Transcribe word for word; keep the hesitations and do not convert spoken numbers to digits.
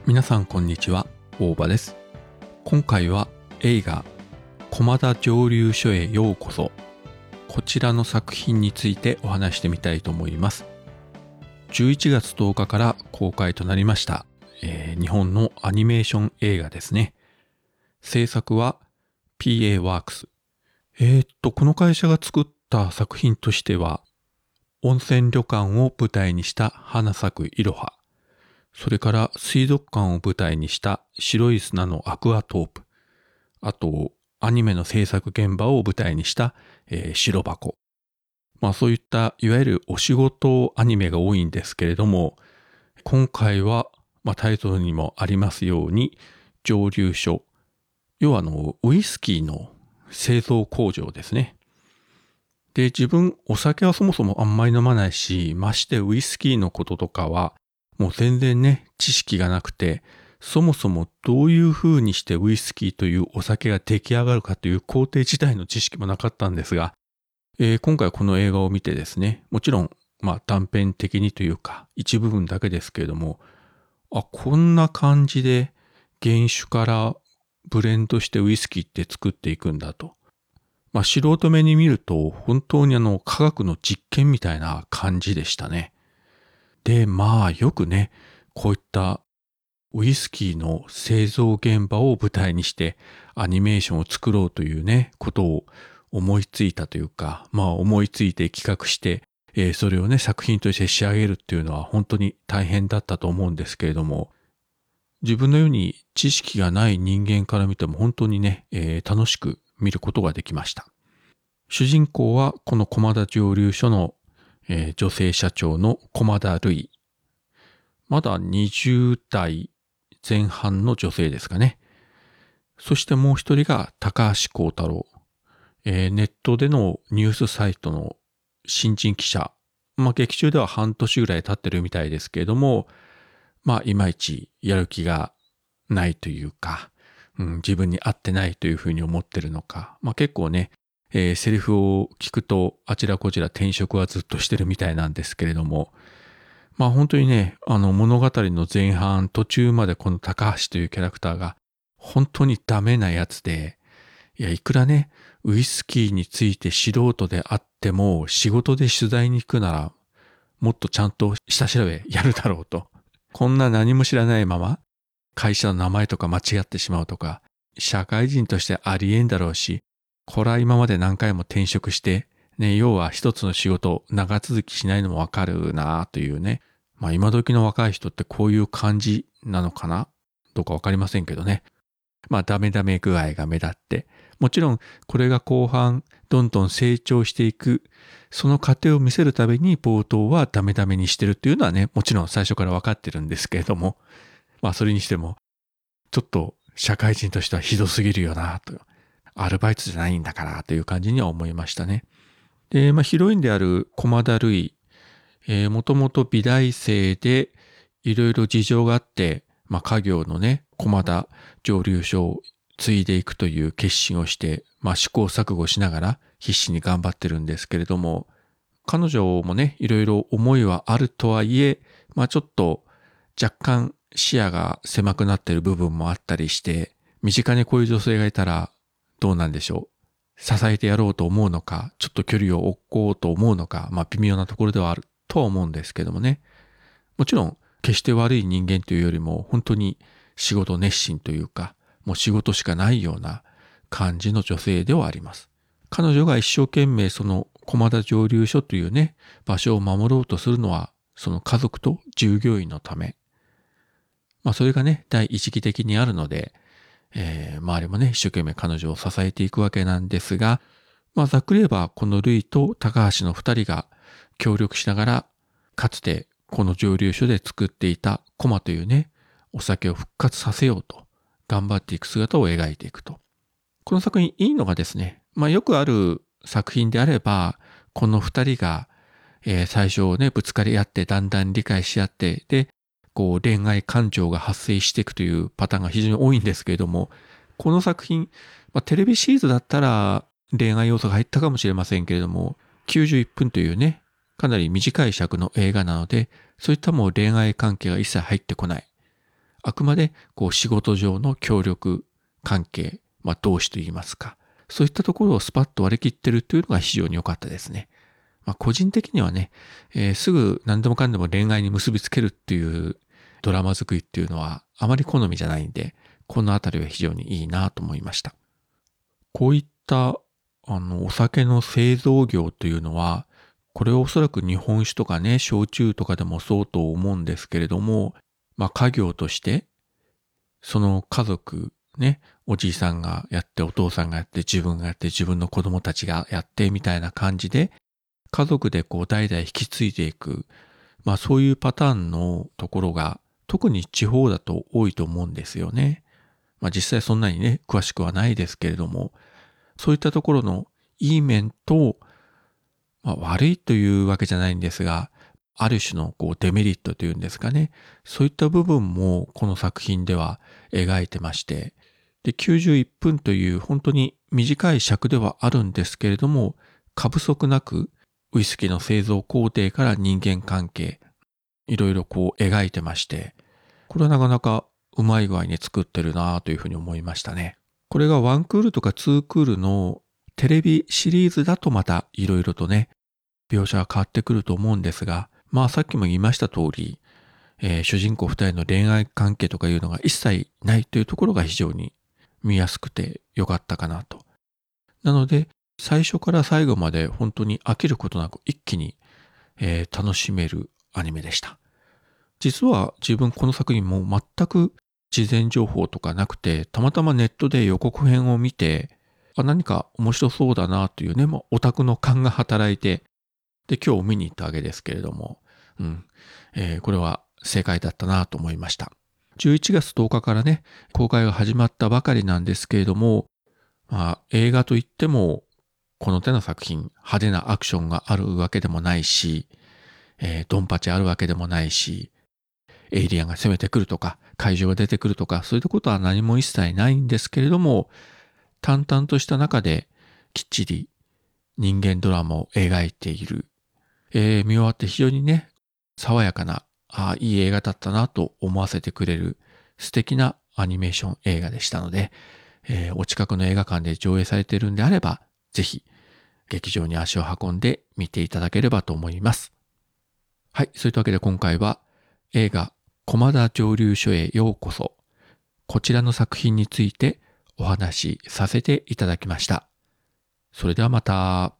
皆さんこんにちは、大場です。今回は映画駒田蒸留所へようこそ、こちらの作品についてお話してみたいと思います。じゅういちがつとおかから公開となりました、えー、日本のアニメーション映画ですね。制作は ピーエー ワークス。えー、っとこの会社が作った作品としては、温泉旅館を舞台にした花咲くいろは、それから水族館を舞台にした白い砂のアクアトープ、あとアニメの制作現場を舞台にした、えー、白箱。まあそういったいわゆるお仕事アニメが多いんですけれども、今回は、まあ、タイトルにもありますように蒸留所、要はあのウイスキーの製造工場ですね。で、自分お酒はそもそもあんまり飲まないし、ましてウイスキーのこととかはもう全然ね、知識がなくて、そもそもどういう風にしてウイスキーというお酒が出来上がるかという工程自体の知識もなかったんですが、えー、今回この映画を見てですね、もちろん、まあ断片的にというか、一部分だけですけれども、あ、こんな感じで原酒からブレンドしてウイスキーって作っていくんだと。まあ素人目に見ると、本当にあの科学の実験みたいな感じでしたね。で、まあよくね、こういったウイスキーの製造現場を舞台にしてアニメーションを作ろうというね、ことを思いついたというか、まあ思いついて企画して、えー、それをね、作品として仕上げるっていうのは本当に大変だったと思うんですけれども、自分のように知識がない人間から見ても本当にね、えー、楽しく見ることができました。主人公はこの駒田蒸留所のえー、女性社長の駒田瑠衣。まだにじゅうだいぜん半の女性ですかね。そしてもう一人が高橋光太郎。えー、ネットでのニュースサイトの新人記者。まあ劇中では半年ぐらい経ってるみたいですけれども、まあいまいちやる気がないというか、うん、自分に合ってないというふうに思ってるのか。まあ結構ね、えー、セリフを聞くとあちらこちら転職はずっとしてるみたいなんですけれども、まあ本当にね、あの物語の前半途中までこの高橋というキャラクターが本当にダメなやつで、いやいくらね、ウイスキーについて素人であっても仕事で取材に行くならもっとちゃんと下調べやるだろうと。こんな何も知らないまま会社の名前とか間違ってしまうとか、社会人としてありえんだろうし、これは今まで何回も転職して、ね、要は一つの仕事長続きしないのもわかるなというね。まあ今時の若い人ってこういう感じなのかなどうかわかりませんけどね。まあダメダメ具合が目立って、もちろんこれが後半どんどん成長していく、その過程を見せるために冒頭はダメダメにしてるっていうのはね、もちろん最初からわかってるんですけれども、まあそれにしても、ちょっと社会人としてはひどすぎるよなと。アルバイトじゃないんだからという感じには思いましたね。で、まあヒロインである駒田瑠衣、えー、もともと美大生でいろいろ事情があって、まあ家業のね、駒田蒸留所を継いでいくという決心をして、まあ試行錯誤しながら必死に頑張ってるんですけれども、彼女もね、いろいろ思いはあるとはいえ、まあちょっと若干視野が狭くなっている部分もあったりして、身近にこういう女性がいたらどうなんでしょう。支えてやろうと思うのか、ちょっと距離を置こうと思うのか、まあ微妙なところではあるとは思うんですけどもね。もちろん決して悪い人間というよりも本当に仕事熱心というか、もう仕事しかないような感じの女性ではあります。彼女が一生懸命その駒田蒸留所というね、場所を守ろうとするのは、その家族と従業員のため。まあそれがね、第一義的にあるので、えー、周りもね、一生懸命彼女を支えていくわけなんですが、まあざっくり言えば、このルイと高橋の二人が協力しながら、かつてこの蒸留所で作っていたコマというね、お酒を復活させようと頑張っていく姿を描いていくと。この作品いいのがですね、まあよくある作品であれば、この二人が、えー、最初ね、ぶつかり合ってだんだん理解し合って、で、こう恋愛感情が発生していくというパターンが非常に多いんですけれども、この作品、まあ、テレビシリーズだったら恋愛要素が入ったかもしれませんけれども、きゅうじゅういっぷんというね、かなり短い尺の映画なので、そういったもう恋愛関係が一切入ってこない。 あくまでこう仕事上の協力関係、まあ同志といいますか、そういったところをスパッと割り切ってるというのが非常に良かったですね。まあ個人的にはね、えーすぐ何でもかんでも恋愛に結びつけるっていうドラマ作りっていうのはあまり好みじゃないんで、このあたりは非常にいいなと思いました。こういったあのお酒の製造業というのは、これはおそらく日本酒とかね、焼酎とかでもそうと思うんですけれども、まあ家業として、その家族、ね、おじいさんがやって、お父さんがやって、自分がやって、自分の子供たちがやって、みたいな感じで、家族でこう代々引き継いでいく、まあそういうパターンのところが、特に地方だと多いと思うんですよね。まあ実際そんなにね、詳しくはないですけれども、そういったところのいい面と、まあ、悪いというわけじゃないんですが、ある種のこうデメリットというんですかね。そういった部分もこの作品では描いてまして、で、きゅうじゅういっぷんという本当に短い尺ではあるんですけれども、過不足なくウイスキーの製造工程から人間関係、いろいろこう描いてまして、これはなかなかうまい具合に作ってるなというふうに思いましたね。これがワンクールとかツークールのテレビシリーズだとまたいろいろとね、描写は変わってくると思うんですが、まあさっきも言いました通り、えー主人公二人の恋愛関係とかいうのが一切ないというところが非常に見やすくてよかったかなと。なので、最初から最後まで本当に飽きることなく一気に、えー楽しめるアニメでした。実は自分この作品も全く事前情報とかなくて、たまたまネットで予告編を見て、あ、何か面白そうだなというね、まあ、オタクの勘が働いて、で、今日見に行ったわけですけれども、うん、えーこれは正解だったなと思いました。じゅういちがつとおかからね、公開が始まったばかりなんですけれども、まあ、映画といっても、この手の作品、派手なアクションがあるわけでもないし、えードンパチあるわけでもないし、エイリアンが攻めてくるとか、怪獣が出てくるとか、そういったことは何も一切ないんですけれども、淡々とした中できっちり人間ドラマを描いている。えー見終わって非常にね、爽やかな、ああ、いい映画だったなと思わせてくれる素敵なアニメーション映画でしたので、えーお近くの映画館で上映されているんであれば、ぜひ劇場に足を運んで見ていただければと思います。はい、そういったわけで今回は映画駒田蒸留所へようこそ、こちらの作品についてお話しさせていただきました。それではまた。